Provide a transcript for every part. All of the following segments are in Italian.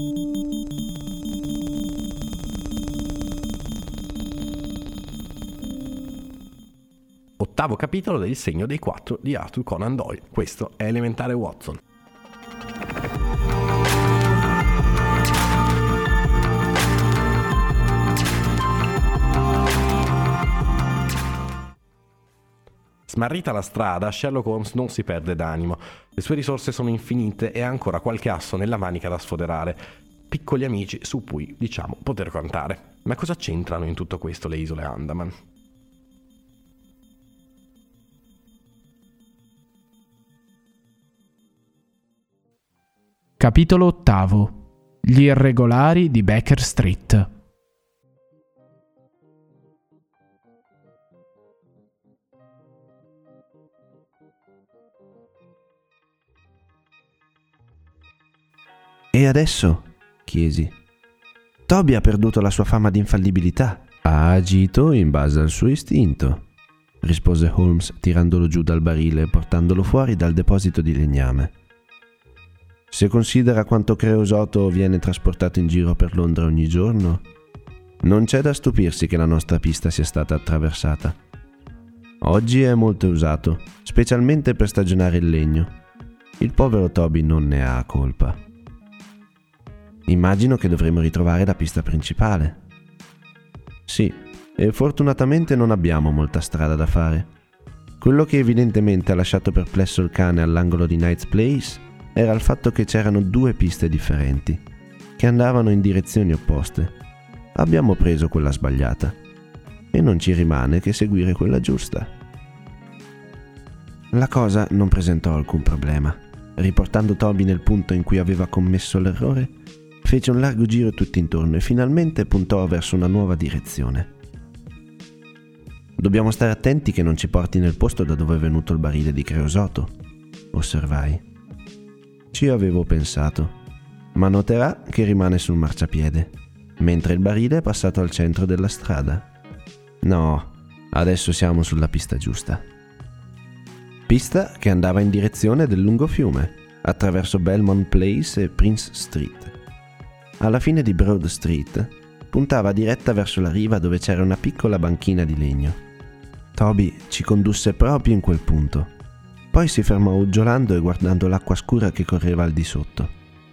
Ottavo capitolo del Segno dei Quattro di Arthur Conan Doyle. Questo è Elementare Watson. Smarrita la strada, Sherlock Holmes non si perde d'animo. Le sue risorse sono infinite e ha ancora qualche asso nella manica da sfoderare. Piccoli amici su cui, poter contare. Ma cosa c'entrano in tutto questo le isole Andaman? Capitolo 8. Gli irregolari di Baker Street. E adesso? Chiesi. Toby ha perduto la sua fama di infallibilità. Ha agito in base al suo istinto, rispose Holmes tirandolo giù dal barile e portandolo fuori dal deposito di legname. Se considera quanto creosoto viene trasportato in giro per Londra ogni giorno, non c'è da stupirsi che la nostra pista sia stata attraversata. Oggi è molto usato, specialmente per stagionare il legno. Il povero Toby non ne ha colpa. Immagino che dovremo ritrovare la pista principale. Sì, e fortunatamente non abbiamo molta strada da fare. Quello che evidentemente ha lasciato perplesso il cane all'angolo di Knight's Place era il fatto che c'erano due piste differenti, che andavano in direzioni opposte. Abbiamo preso quella sbagliata, e non ci rimane che seguire quella giusta. La cosa non presentò alcun problema. Riportando Toby nel punto in cui aveva commesso l'errore, fece un largo giro tutto intorno e finalmente puntò verso una nuova direzione. Dobbiamo stare attenti che non ci porti nel posto da dove è venuto il barile di creosoto, osservai. Ci avevo pensato, ma noterà che rimane sul marciapiede, mentre il barile è passato al centro della strada. No, adesso siamo sulla pista giusta. Pista che andava in direzione del lungo fiume, attraverso Belmont Place e Prince Street. Alla fine di Broad Street puntava diretta verso la riva dove c'era una piccola banchina di legno. Toby ci condusse proprio in quel punto. Poi si fermò uggiolando e guardando l'acqua scura che correva al di sotto.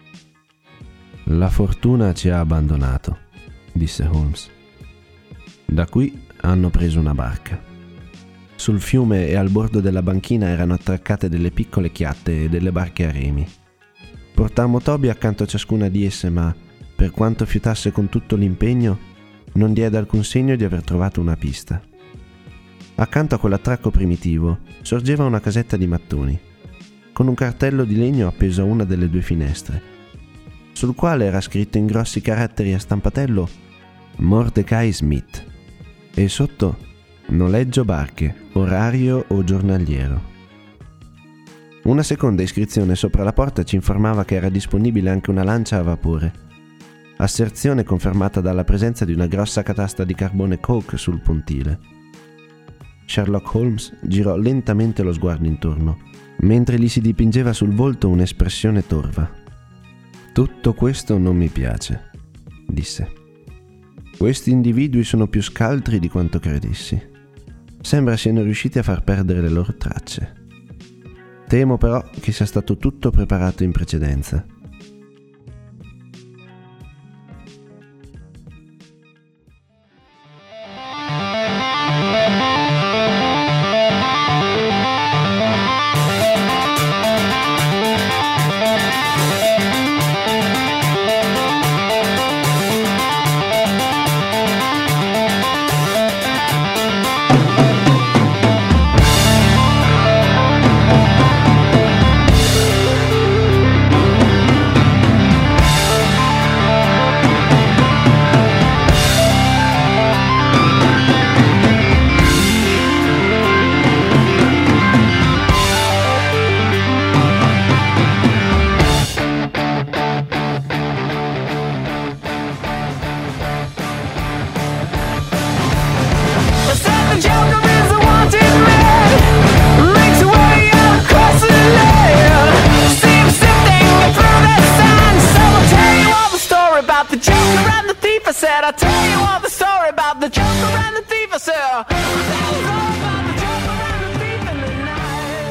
La fortuna ci ha abbandonato, disse Holmes. Da qui hanno preso una barca. Sul fiume e al bordo della banchina erano attraccate delle piccole chiatte e delle barche a remi. Portammo Toby accanto a ciascuna di esse, ma, per quanto fiutasse con tutto l'impegno, non diede alcun segno di aver trovato una pista. Accanto a quell'attracco primitivo sorgeva una casetta di mattoni, con un cartello di legno appeso a una delle due finestre, sul quale era scritto in grossi caratteri a stampatello Mordecai Smith e sotto noleggio barche, orario o giornaliero. Una seconda iscrizione sopra la porta ci informava che era disponibile anche una lancia a vapore, asserzione confermata dalla presenza di una grossa catasta di carbone coke sul pontile. Sherlock Holmes girò lentamente lo sguardo intorno, mentre gli si dipingeva sul volto un'espressione torva. «Tutto questo non mi piace», disse. «Questi individui sono più scaltri di quanto credessi. Sembra siano riusciti a far perdere le loro tracce. Temo però che sia stato tutto preparato in precedenza». I tell you all the story about the joker and the thief, I said, I'll tell you all about the joker and the thief in the night.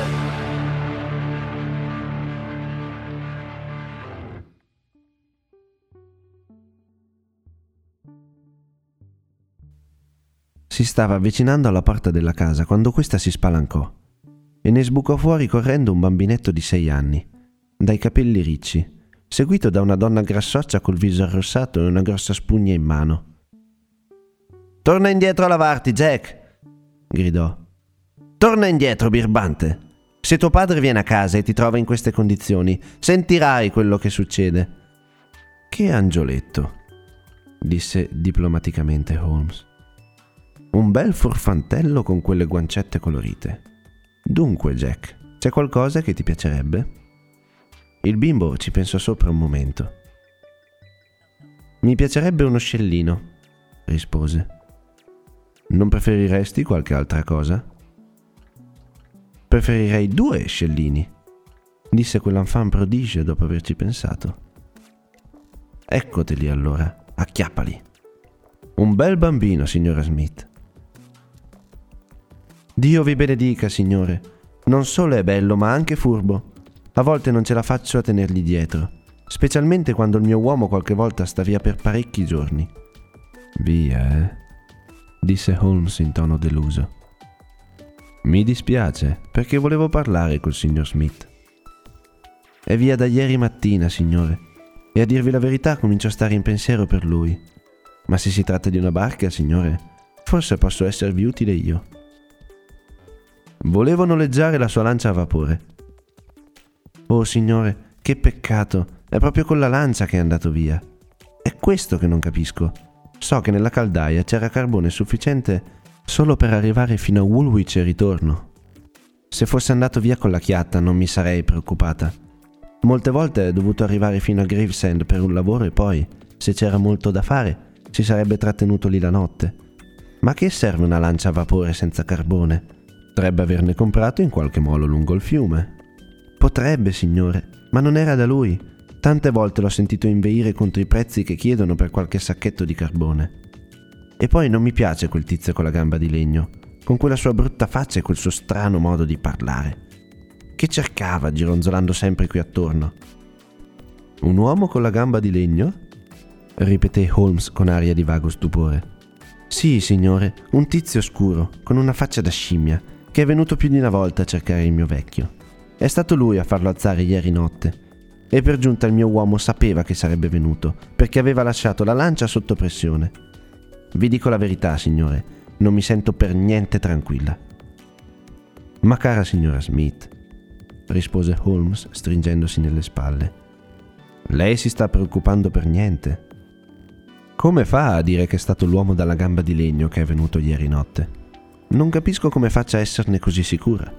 Si stava avvicinando alla porta della casa quando questa si spalancò e ne sbucò fuori correndo un bambinetto di 6 anni, dai capelli ricci, seguito da una donna grassoccia col viso arrossato e una grossa spugna in mano. «Torna indietro a lavarti, Jack!» gridò. «Torna indietro, birbante! Se tuo padre viene a casa e ti trova in queste condizioni, sentirai quello che succede!» «Che angioletto!» disse diplomaticamente Holmes. «Un bel furfantello con quelle guancette colorite. Dunque, Jack, c'è qualcosa che ti piacerebbe?» Il bimbo ci pensò sopra un momento. «Mi piacerebbe uno scellino», rispose. «Non preferiresti qualche altra cosa?» «Preferirei 2 scellini», disse quell'enfant prodige dopo averci pensato. «Eccoteli allora, acchiappali. Un bel bambino, signora Smith». «Dio vi benedica, signore. Non solo è bello, ma anche furbo. A volte non ce la faccio a tenergli dietro, specialmente quando il mio uomo qualche volta sta via per parecchi giorni». «Via, disse Holmes in tono deluso. «Mi dispiace, perché volevo parlare col signor Smith». «È via da ieri mattina, signore, e a dirvi la verità comincio a stare in pensiero per lui. Ma se si tratta di una barca, signore, forse posso esservi utile io». «Volevo noleggiare la sua lancia a vapore». «Oh, signore, che peccato, è proprio con la lancia che è andato via. È questo che non capisco. So che nella caldaia c'era carbone sufficiente solo per arrivare fino a Woolwich e ritorno. Se fosse andato via con la chiatta non mi sarei preoccupata. Molte volte è dovuto arrivare fino a Gravesend per un lavoro e poi, se c'era molto da fare, si sarebbe trattenuto lì la notte. Ma che serve una lancia a vapore senza carbone? Potrebbe averne comprato in qualche molo lungo il fiume». «Potrebbe, signore, ma non era da lui. Tante volte l'ho sentito inveire contro i prezzi che chiedono per qualche sacchetto di carbone. E poi non mi piace quel tizio con la gamba di legno, con quella sua brutta faccia e quel suo strano modo di parlare. Che cercava gironzolando sempre qui attorno?» «Un uomo con la gamba di legno?» ripeté Holmes con aria di vago stupore. «Sì, signore, un tizio scuro, con una faccia da scimmia, che è venuto più di una volta a cercare il mio vecchio. È stato lui a farlo alzare ieri notte. E per giunta il mio uomo sapeva che sarebbe venuto, perché aveva lasciato la lancia sotto pressione. Vi dico la verità, signore, non mi sento per niente tranquilla». «Ma cara signora Smith», rispose Holmes stringendosi nelle spalle, «lei si sta preoccupando per niente. Come fa a dire che è stato l'uomo dalla gamba di legno che è venuto ieri notte? Non capisco come faccia a esserne così sicura».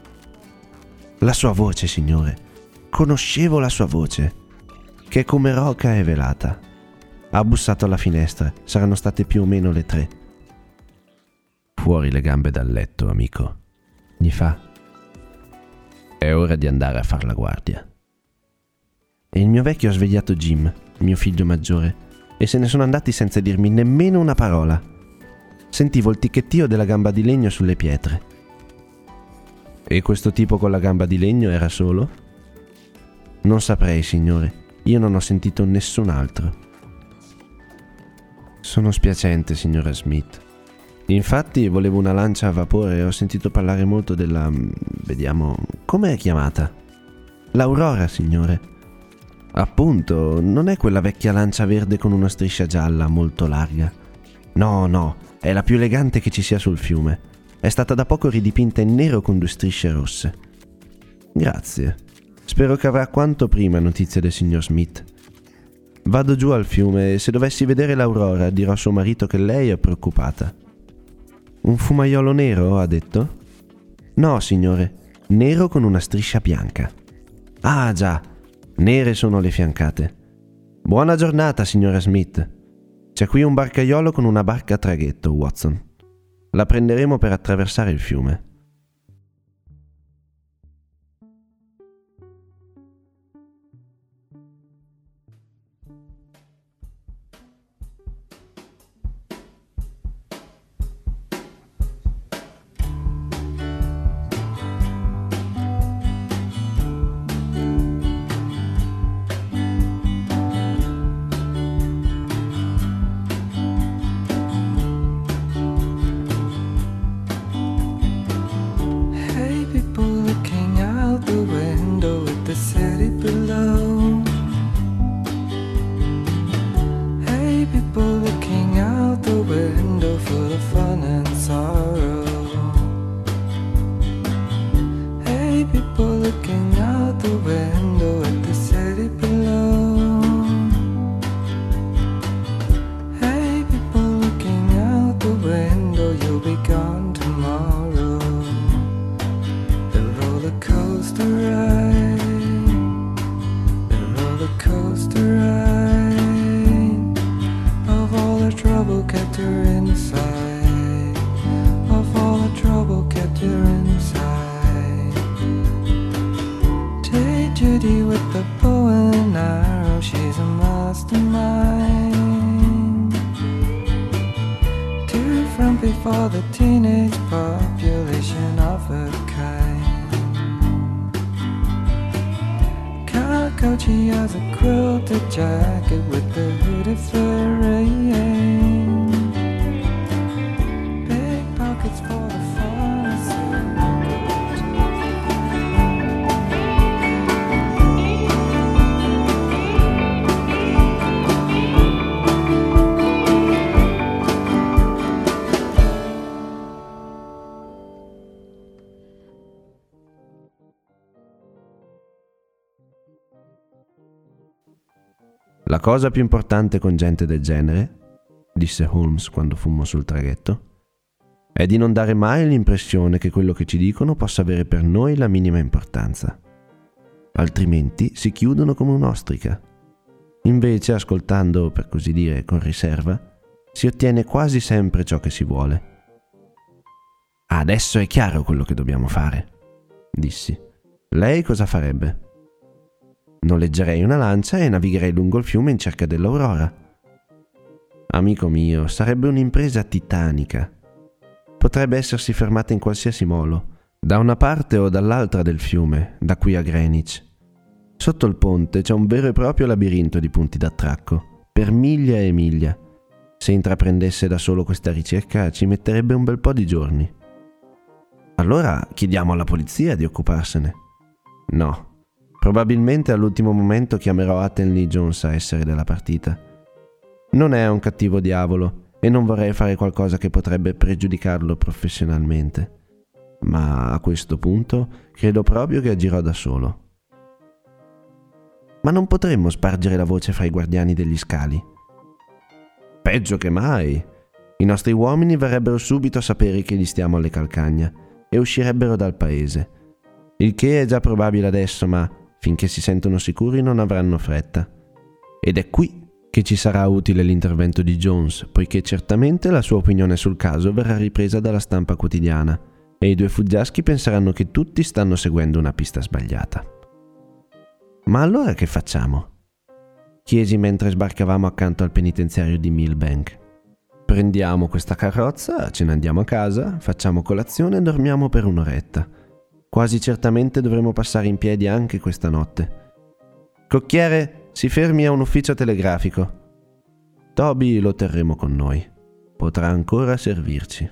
«La sua voce, signore. Conoscevo la sua voce, che è come roca e velata. Ha bussato alla finestra, saranno state più o meno le 3. «Fuori le gambe dal letto, amico», gli fa. «È ora di andare a far la guardia». E il mio vecchio ha svegliato Jim, mio figlio maggiore, e se ne sono andati senza dirmi nemmeno una parola. Sentivo il ticchettio della gamba di legno sulle pietre. «E questo tipo con la gamba di legno era solo?» «Non saprei, signore. Io non ho sentito nessun altro». «Sono spiacente, signora Smith. Infatti volevo una lancia a vapore e ho sentito parlare molto della... vediamo... come è chiamata?» «L'Aurora, signore». «Appunto, non è quella vecchia lancia verde con una striscia gialla molto larga. No, è la più elegante che ci sia sul fiume. È stata da poco ridipinta in nero con 2 strisce rosse». «Grazie. Spero che avrà quanto prima notizie del signor Smith. Vado giù al fiume e se dovessi vedere l'Aurora dirò a suo marito che lei è preoccupata». «Un fumaiolo nero, ha detto?» «No, signore, nero con una striscia bianca». «Ah, già, nere sono le fiancate. Buona giornata, signora Smith. C'è qui un barcaiolo con una barca a traghetto, Watson. La prenderemo per attraversare il fiume». coaster ride. Of all the trouble kept her inside. Of all the trouble kept her inside. Take Judy with the bow and arrow, she's a mastermind. Too frumpy for the teenage population of her kind. Coachy has a quilted jacket with the hooded rain. Big pockets for the pharmacy. La cosa più importante con gente del genere, disse Holmes quando fummo sul traghetto, è di non dare mai l'impressione che quello che ci dicono possa avere per noi la minima importanza. Altrimenti si chiudono come un'ostrica. Invece, ascoltando, per così dire, con riserva, si ottiene quasi sempre ciò che si vuole. Adesso è chiaro quello che dobbiamo fare, dissi. Lei cosa farebbe? Noleggerei una lancia e navigherei lungo il fiume in cerca dell'aurora. Amico mio, sarebbe un'impresa titanica. Potrebbe essersi fermata in qualsiasi molo, da una parte o dall'altra del fiume, da qui a Greenwich. Sotto il ponte c'è un vero e proprio labirinto di punti d'attracco, per miglia e miglia. Se intraprendesse da solo questa ricerca ci metterebbe un bel po' di giorni. Allora chiediamo alla polizia di occuparsene. No. Probabilmente all'ultimo momento chiamerò Athelney Jones a essere della partita. Non è un cattivo diavolo e non vorrei fare qualcosa che potrebbe pregiudicarlo professionalmente. Ma a questo punto credo proprio che agirò da solo. Ma non potremmo spargere la voce fra i guardiani degli scali? Peggio che mai. I nostri uomini verrebbero subito a sapere che gli stiamo alle calcagna e uscirebbero dal paese. Il che è già probabile adesso, ma finché si sentono sicuri non avranno fretta. Ed è qui che ci sarà utile l'intervento di Jones, poiché certamente la sua opinione sul caso verrà ripresa dalla stampa quotidiana e i due fuggiaschi penseranno che tutti stanno seguendo una pista sbagliata. Ma allora che facciamo? Chiesi mentre sbarcavamo accanto al penitenziario di Millbank. Prendiamo questa carrozza, ce ne andiamo a casa, facciamo colazione e dormiamo per un'oretta. Quasi certamente dovremo passare in piedi anche questa notte. Cocchiere, si fermi a un ufficio telegrafico. Toby lo terremo con noi. Potrà ancora servirci.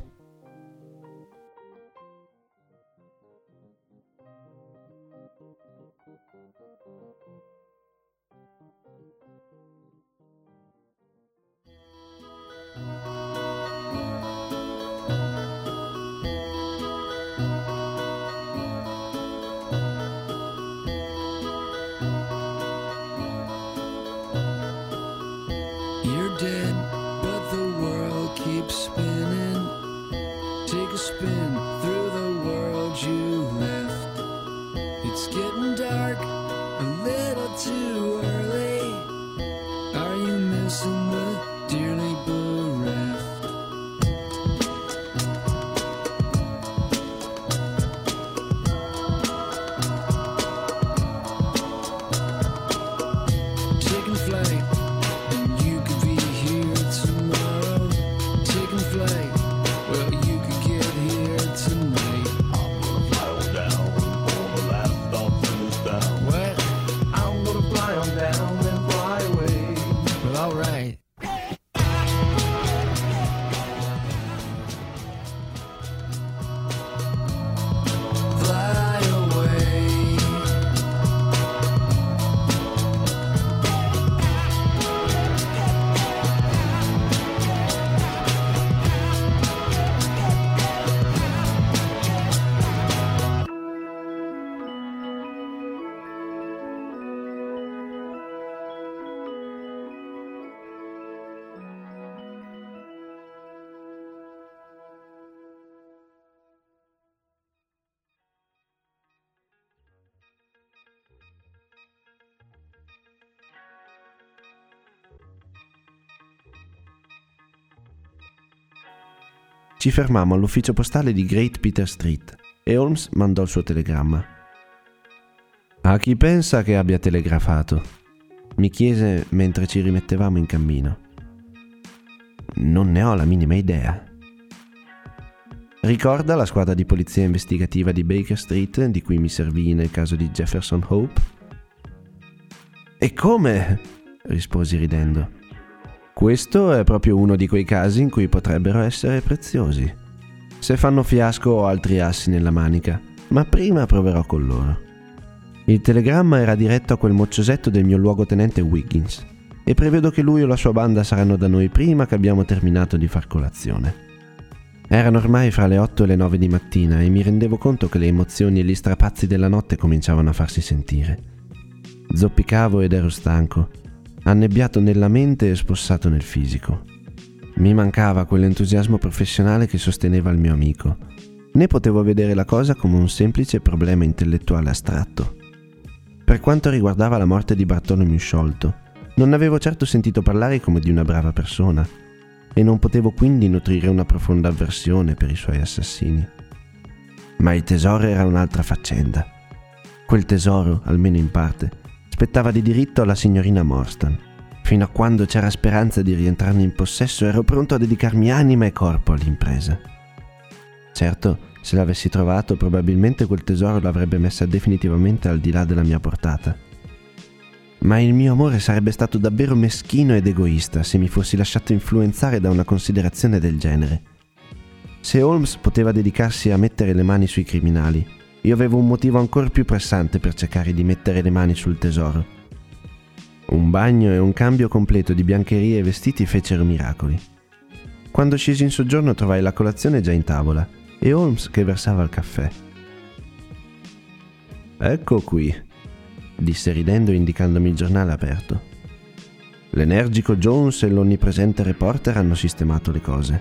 You're dead, but the world keeps spinning. Take a spin through the world you left. It's getting dark, a little too early. Are you missing the dearly bereft? Taking flight. All right. Ci fermammo all'ufficio postale di Great Peter Street e Holmes mandò il suo telegramma. «A chi pensa che abbia telegrafato?» mi chiese mentre ci rimettevamo in cammino. «Non ne ho la minima idea». «Ricorda la squadra di polizia investigativa di Baker Street di cui mi servì nel caso di Jefferson Hope?» «E come?» risposi ridendo. «Questo è proprio uno di quei casi in cui potrebbero essere preziosi. Se fanno fiasco ho altri assi nella manica, ma prima proverò con loro». Il telegramma era diretto a quel mocciosetto del mio luogotenente Wiggins e prevedo che lui o la sua banda saranno da noi prima che abbiamo terminato di far colazione. Erano ormai fra le 8 e le 9 di mattina e mi rendevo conto che le emozioni e gli strapazzi della notte cominciavano a farsi sentire. Zoppicavo ed ero stanco, annebbiato nella mente e spossato nel fisico. Mi mancava quell'entusiasmo professionale che sosteneva il mio amico, né potevo vedere la cosa come un semplice problema intellettuale astratto. Per quanto riguardava la morte di Bartolomeo Sciolto, non avevo certo sentito parlare come di una brava persona e non potevo quindi nutrire una profonda avversione per i suoi assassini. Ma il tesoro era un'altra faccenda. Quel tesoro, almeno in parte, spettava di diritto alla signorina Morstan. Fino a quando c'era speranza di rientrarne in possesso ero pronto a dedicarmi anima e corpo all'impresa. Certo, se l'avessi trovato probabilmente quel tesoro l'avrebbe messa definitivamente al di là della mia portata. Ma il mio amore sarebbe stato davvero meschino ed egoista se mi fossi lasciato influenzare da una considerazione del genere. Se Holmes poteva dedicarsi a mettere le mani sui criminali, io avevo un motivo ancora più pressante per cercare di mettere le mani sul tesoro. Un bagno e un cambio completo di biancherie e vestiti fecero miracoli. Quando scesi in soggiorno trovai la colazione già in tavola e Holmes che versava il caffè. «Ecco qui», disse ridendo e indicandomi il giornale aperto. L'energico Jones e l'onnipresente reporter hanno sistemato le cose.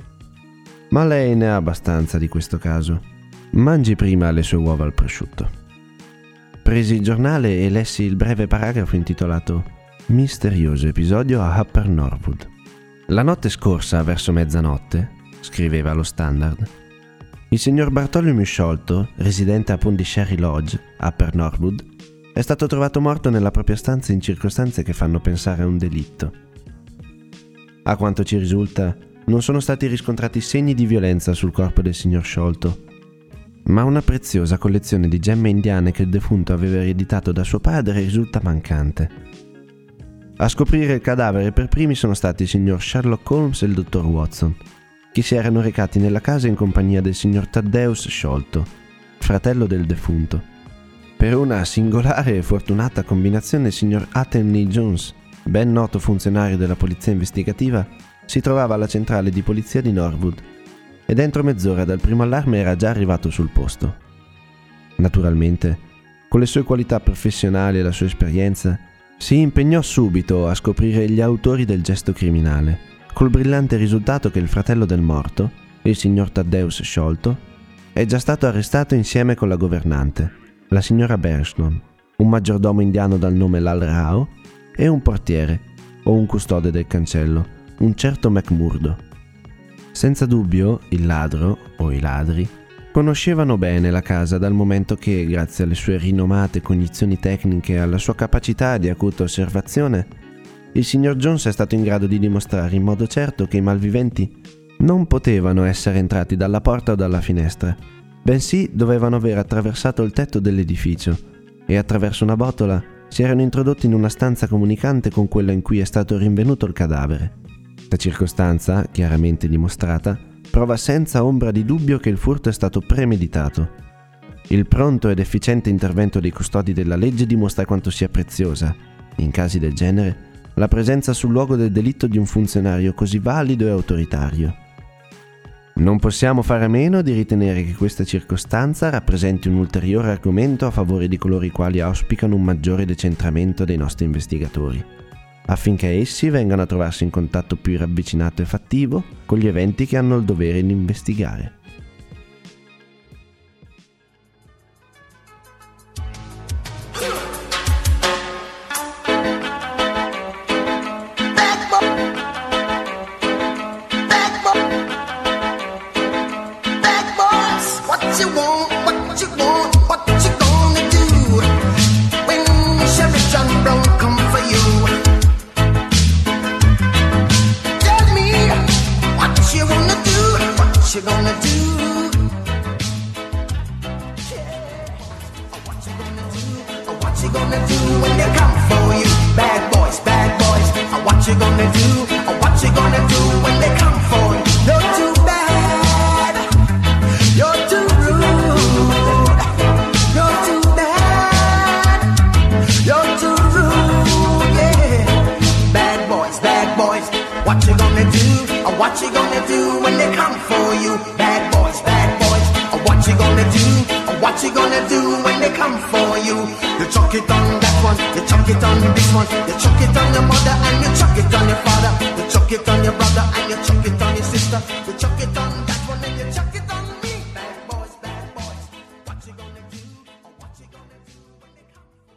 Ma lei ne ha abbastanza di questo caso. Mangi prima le sue uova al prosciutto. Presi il giornale e lessi il breve paragrafo intitolato «Misterioso episodio a Upper Norwood». La notte scorsa, verso mezzanotte, scriveva lo Standard, il signor Bartolomeo Sciolto, residente a Pondisherry Lodge, Upper Norwood, è stato trovato morto nella propria stanza in circostanze che fanno pensare a un delitto. A quanto ci risulta, non sono stati riscontrati segni di violenza sul corpo del signor Sciolto, ma una preziosa collezione di gemme indiane che il defunto aveva ereditato da suo padre risulta mancante. A scoprire il cadavere per primi sono stati il signor Sherlock Holmes e il dottor Watson, che si erano recati nella casa in compagnia del signor Thaddeus Sciolto, fratello del defunto. Per una singolare e fortunata combinazione il signor Athelney Jones, ben noto funzionario della polizia investigativa, si trovava alla centrale di polizia di Norwood e dentro mezz'ora dal primo allarme era già arrivato sul posto. Naturalmente, con le sue qualità professionali e la sua esperienza, si impegnò subito a scoprire gli autori del gesto criminale, col brillante risultato che il fratello del morto, il signor Thaddeus Sciolto, è già stato arrestato insieme con la governante, la signora Bershnon, un maggiordomo indiano dal nome Lal Rao e un portiere o un custode del cancello, un certo McMurdo. Senza dubbio, il ladro o i ladri conoscevano bene la casa dal momento che, grazie alle sue rinomate cognizioni tecniche e alla sua capacità di acuta osservazione, il signor Jones è stato in grado di dimostrare in modo certo che i malviventi non potevano essere entrati dalla porta o dalla finestra, bensì dovevano aver attraversato il tetto dell'edificio e attraverso una botola si erano introdotti in una stanza comunicante con quella in cui è stato rinvenuto il cadavere. La circostanza, chiaramente dimostrata, prova senza ombra di dubbio che il furto è stato premeditato. Il pronto ed efficiente intervento dei custodi della legge dimostra quanto sia preziosa, in casi del genere, la presenza sul luogo del delitto di un funzionario così valido e autoritario. Non possiamo fare a meno di ritenere che questa circostanza rappresenti un ulteriore argomento a favore di coloro i quali auspicano un maggiore decentramento dei nostri investigatori, affinché essi vengano a trovarsi in contatto più ravvicinato e fattivo con gli eventi che hanno il dovere di investigare. What you gonna do when they come for you? Bad boys, what you gonna do? What you gonna do when they come for you? You chuck it on that one, you chuck it on this one, you chuck it on your mother and you chuck it on your father, you chuck it on your brother and you chuck it on your sister, you chuck it on that one and you chuck it on me. Bad boys, what you gonna do? What you gonna do when they come for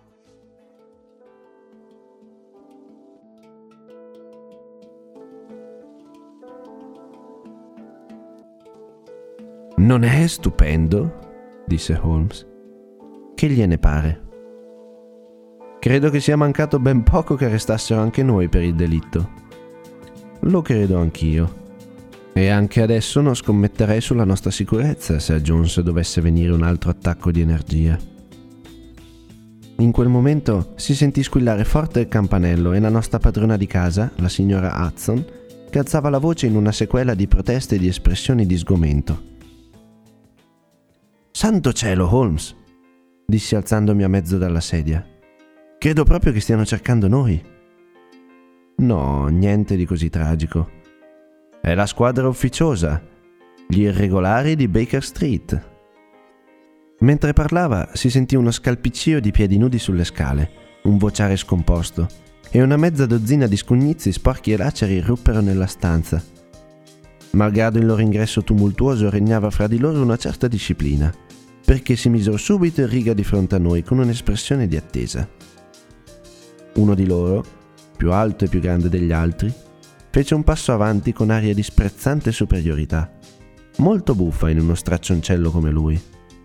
you? Non è stupendo? Disse Holmes. Che gliene pare? Credo che sia mancato ben poco che arrestassero anche noi per il delitto. Lo credo anch'io. E anche adesso non scommetterei sulla nostra sicurezza se a Jones dovesse venire un altro attacco di energia. In quel momento si sentì squillare forte il campanello e la nostra padrona di casa, la signora Hudson, che alzava la voce in una sequela di proteste e di espressioni di sgomento. «Santo cielo, Holmes!» dissi alzandomi a mezzo dalla sedia. «Credo proprio che stiano cercando noi». «No, niente di così tragico. È la squadra ufficiosa, gli irregolari di Baker Street». Mentre parlava si sentì uno scalpiccio di piedi nudi sulle scale, un vociare scomposto, e una mezza dozzina di scugnizi sporchi e laceri irruppero nella stanza. Malgrado il loro ingresso tumultuoso regnava fra di loro una certa disciplina, perché si misero subito in riga di fronte a noi con un'espressione di attesa. Uno di loro, più alto e più grande degli altri, fece un passo avanti con aria di sprezzante superiorità, molto buffa in uno straccioncello come lui.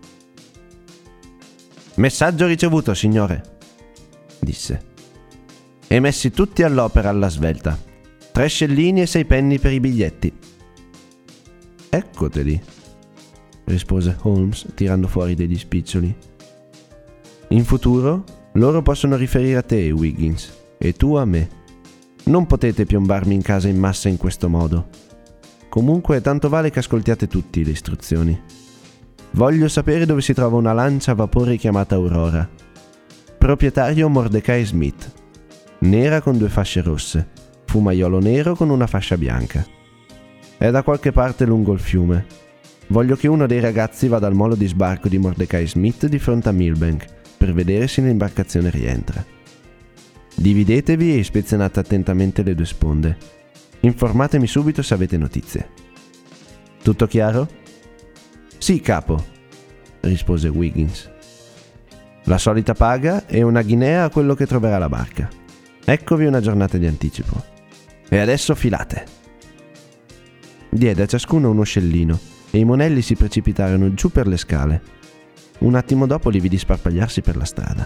«Messaggio ricevuto, signore», disse. «E messi tutti all'opera alla svelta. 3 scellini e 6 penny per i biglietti». «Eccoteli», rispose Holmes tirando fuori degli spiccioli. «In futuro loro possono riferire a te, Wiggins, e tu a me. Non potete piombarmi in casa in massa in questo modo. Comunque tanto vale che ascoltiate tutti le istruzioni. Voglio sapere dove si trova una lancia a vapore chiamata Aurora. Proprietario Mordecai Smith. Nera con 2 fasce rosse, fumaiolo nero con una fascia bianca. È da qualche parte lungo il fiume. Voglio che uno dei ragazzi vada al molo di sbarco di Mordecai Smith di fronte a Millbank per vedere se l'imbarcazione rientra. Dividetevi e ispezionate attentamente le 2 sponde. Informatemi subito se avete notizie. Tutto chiaro?» «Sì, capo», rispose Wiggins. «La solita paga e una guinea a quello che troverà la barca. Eccovi una giornata di anticipo. E adesso filate». Diede a ciascuno uno scellino e i monelli si precipitarono giù per le scale. Un attimo dopo li vidi sparpagliarsi per la strada.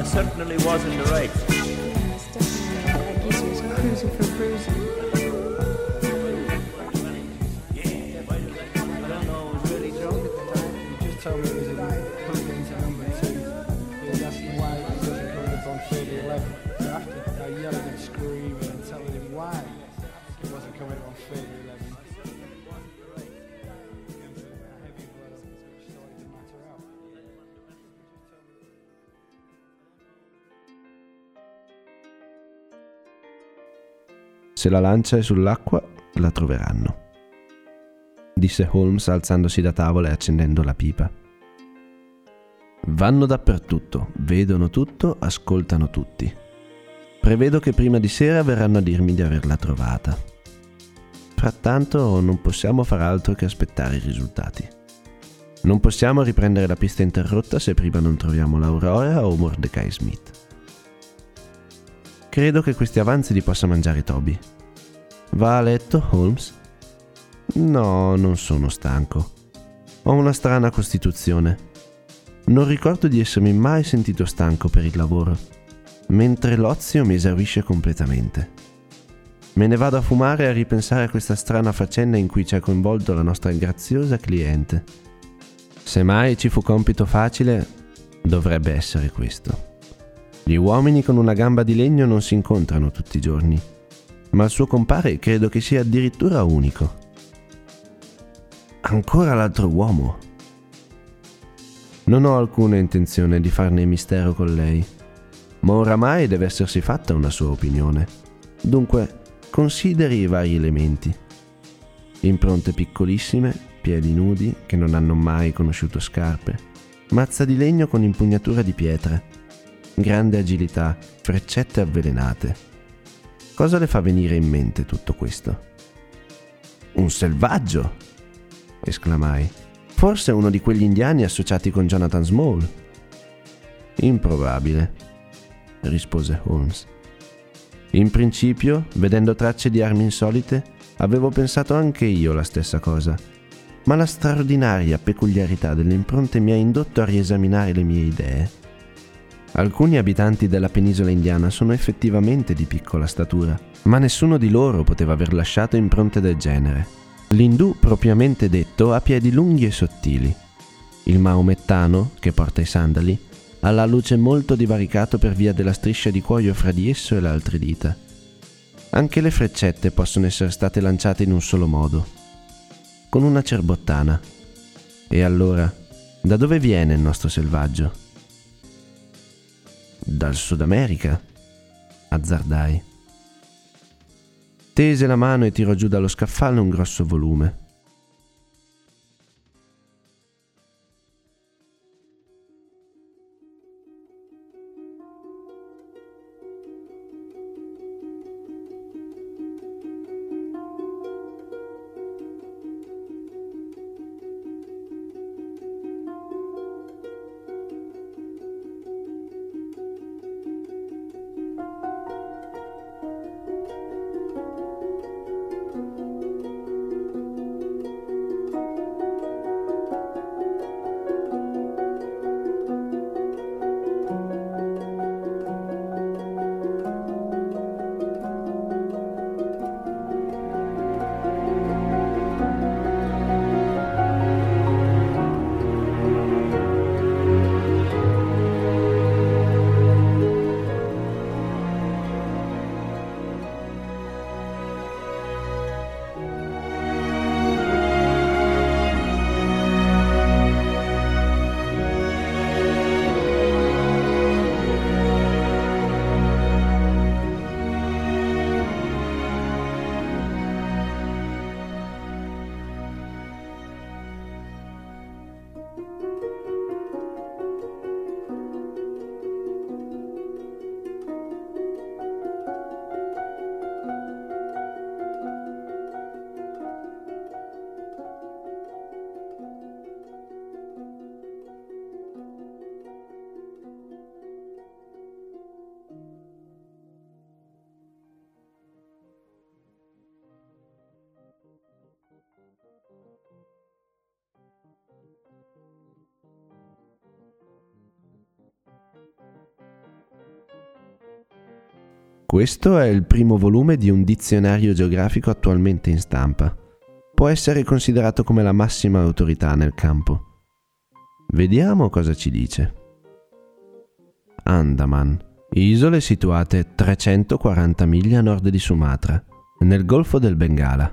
certainly was in the right. Yes, definitely. I guess he was cruising for bruising. I don't know, I was really drunk at the time. He just told me he was put into number 2. He was asking why he wasn't coming up on field 11. So after yelling and screaming and telling him why he wasn't coming up on field 11. Se la lancia è sull'acqua, la troveranno, disse Holmes alzandosi da tavola e accendendo la pipa. Vanno dappertutto, vedono tutto, ascoltano tutti. Prevedo che prima di sera verranno a dirmi di averla trovata. Frattanto non possiamo far altro che aspettare i risultati. Non possiamo riprendere la pista interrotta se prima non troviamo l'Aurora o Mordecai Smith. Credo che questi avanzi li possa mangiare Toby. Va a letto, Holmes? No, non sono stanco. Ho una strana costituzione. Non ricordo di essermi mai sentito stanco per il lavoro, mentre l'ozio mi esaurisce completamente. Me ne vado a fumare e a ripensare a questa strana faccenda in cui ci ha coinvolto la nostra graziosa cliente. Se mai ci fu compito facile, dovrebbe essere questo. Gli uomini con una gamba di legno non si incontrano tutti i giorni, ma il suo compare credo che sia addirittura unico. Ancora l'altro uomo. Non ho alcuna intenzione di farne mistero con lei, ma oramai deve essersi fatta una sua opinione. Dunque, consideri i vari elementi. Impronte piccolissime, piedi nudi che non hanno mai conosciuto scarpe, mazza di legno con impugnatura di pietra, grande agilità, freccette avvelenate. Cosa le fa venire in mente tutto questo? Un selvaggio! Esclamai. Forse uno di quegli indiani associati con Jonathan Small. Improbabile, rispose Holmes. In principio, vedendo tracce di armi insolite, avevo pensato anche io la stessa cosa, ma la straordinaria peculiarità delle impronte mi ha indotto a riesaminare le mie idee. Alcuni abitanti della penisola indiana sono effettivamente di piccola statura, ma nessuno di loro poteva aver lasciato impronte del genere. L'indù propriamente detto ha piedi lunghi e sottili. Il maomettano, che porta i sandali, ha la luce molto divaricato per via della striscia di cuoio fra di esso e le altre dita. Anche le freccette possono essere state lanciate in un solo modo, con una cerbottana. E allora, da dove viene il nostro selvaggio? Dal Sud America, azzardai. Tese la mano e tirò giù dallo scaffale un grosso volume. Questo è il primo volume di un dizionario geografico attualmente in stampa. Può essere considerato come la massima autorità nel campo. Vediamo cosa ci dice. Andaman, isole situate 340 miglia a nord di Sumatra, nel Golfo del Bengala.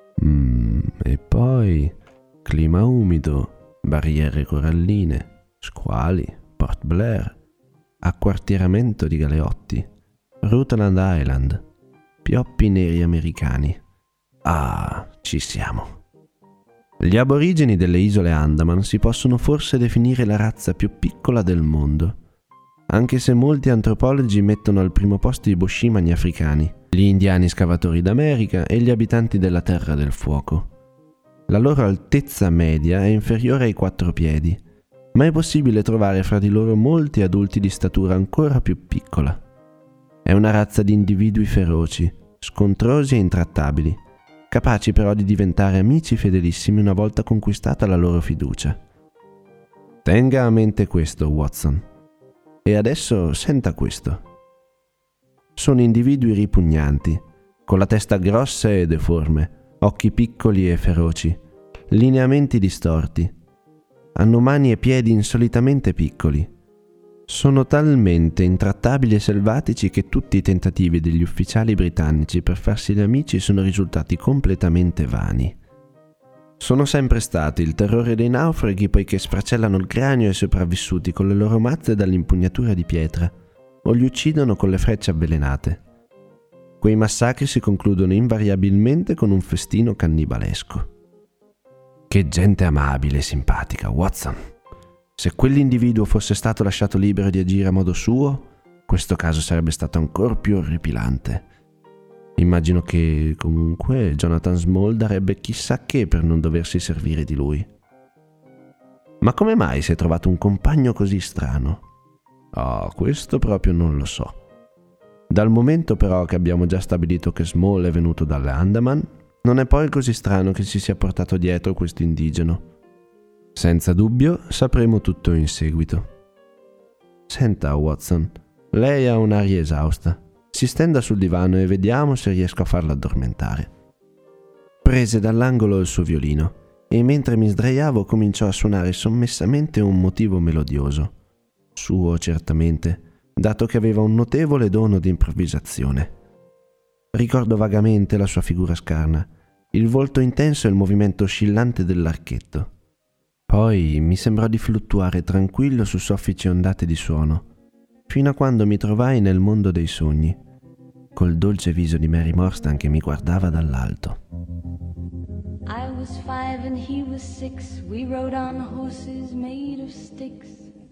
E poi clima umido, barriere coralline, squali, Port Blair, acquartieramento di galeotti, Rutland Island, pioppi neri americani. Ah, ci siamo. Gli aborigeni delle isole Andaman si possono forse definire la razza più piccola del mondo, anche se molti antropologi mettono al primo posto i Boshima gli africani, gli indiani scavatori d'America e gli abitanti della Terra del Fuoco. La loro altezza media è inferiore ai 4 piedi, ma è possibile trovare fra di loro molti adulti di statura ancora più piccola. È una razza di individui feroci, scontrosi e intrattabili, capaci però di diventare amici fedelissimi una volta conquistata la loro fiducia. Tenga a mente questo, Watson. E adesso senta questo. Sono individui ripugnanti, con la testa grossa e deforme, occhi piccoli e feroci, lineamenti distorti. Hanno mani e piedi insolitamente piccoli. Sono talmente intrattabili e selvatici che tutti i tentativi degli ufficiali britannici per farsi amici sono risultati completamente vani. Sono sempre stati il terrore dei naufraghi poiché sfracellano il cranio ai sopravvissuti con le loro mazze dall'impugnatura di pietra o li uccidono con le frecce avvelenate. Quei massacri si concludono invariabilmente con un festino cannibalesco. Che gente amabile e simpatica, Watson! Se quell'individuo fosse stato lasciato libero di agire a modo suo, questo caso sarebbe stato ancora più orripilante. Immagino che, comunque, Jonathan Small darebbe chissà che per non doversi servire di lui. Ma come mai si è trovato un compagno così strano? Questo proprio non lo so. Dal momento però che abbiamo già stabilito che Small è venuto dalle Andaman, non è poi così strano che si sia portato dietro questo indigeno. Senza dubbio sapremo tutto in seguito. Senta, Watson, lei ha un'aria esausta. Si stenda sul divano e vediamo se riesco a farla addormentare. Prese dall'angolo il suo violino e mentre mi sdraiavo cominciò a suonare sommessamente un motivo melodioso. Suo certamente, dato che aveva un notevole dono di improvvisazione. Ricordo vagamente la sua figura scarna, il volto intenso e il movimento oscillante dell'archetto. Poi mi sembrò di fluttuare tranquillo su soffici ondate di suono, fino a quando mi trovai nel mondo dei sogni, col dolce viso di Mary Morstan che mi guardava dall'alto. I was 5 and he was 6. We rode on horses made of sticks.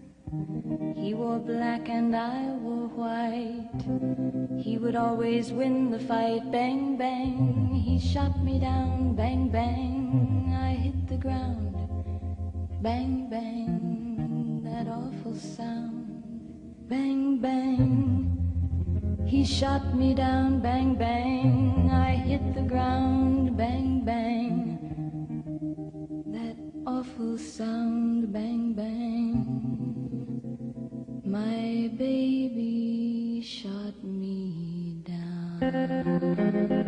He wore black and I wore white. He would always win the fight. Bang, bang, he shot me down. Bang, bang, I hit the ground. Bang, bang, that awful sound. Bang, bang, he shot me down. Bang, bang, I hit the ground. Bang, bang, that awful sound. Bang, bang, my baby shot me down.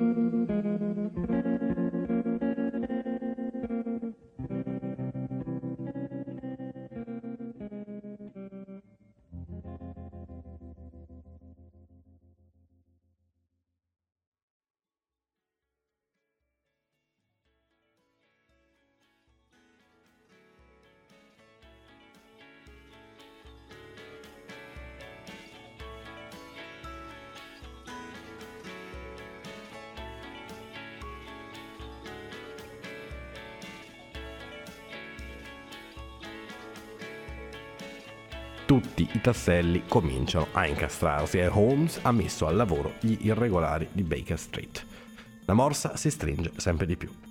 Tutti i tasselli cominciano a incastrarsi e Holmes ha messo al lavoro gli irregolari di Baker Street. La morsa si stringe sempre di più.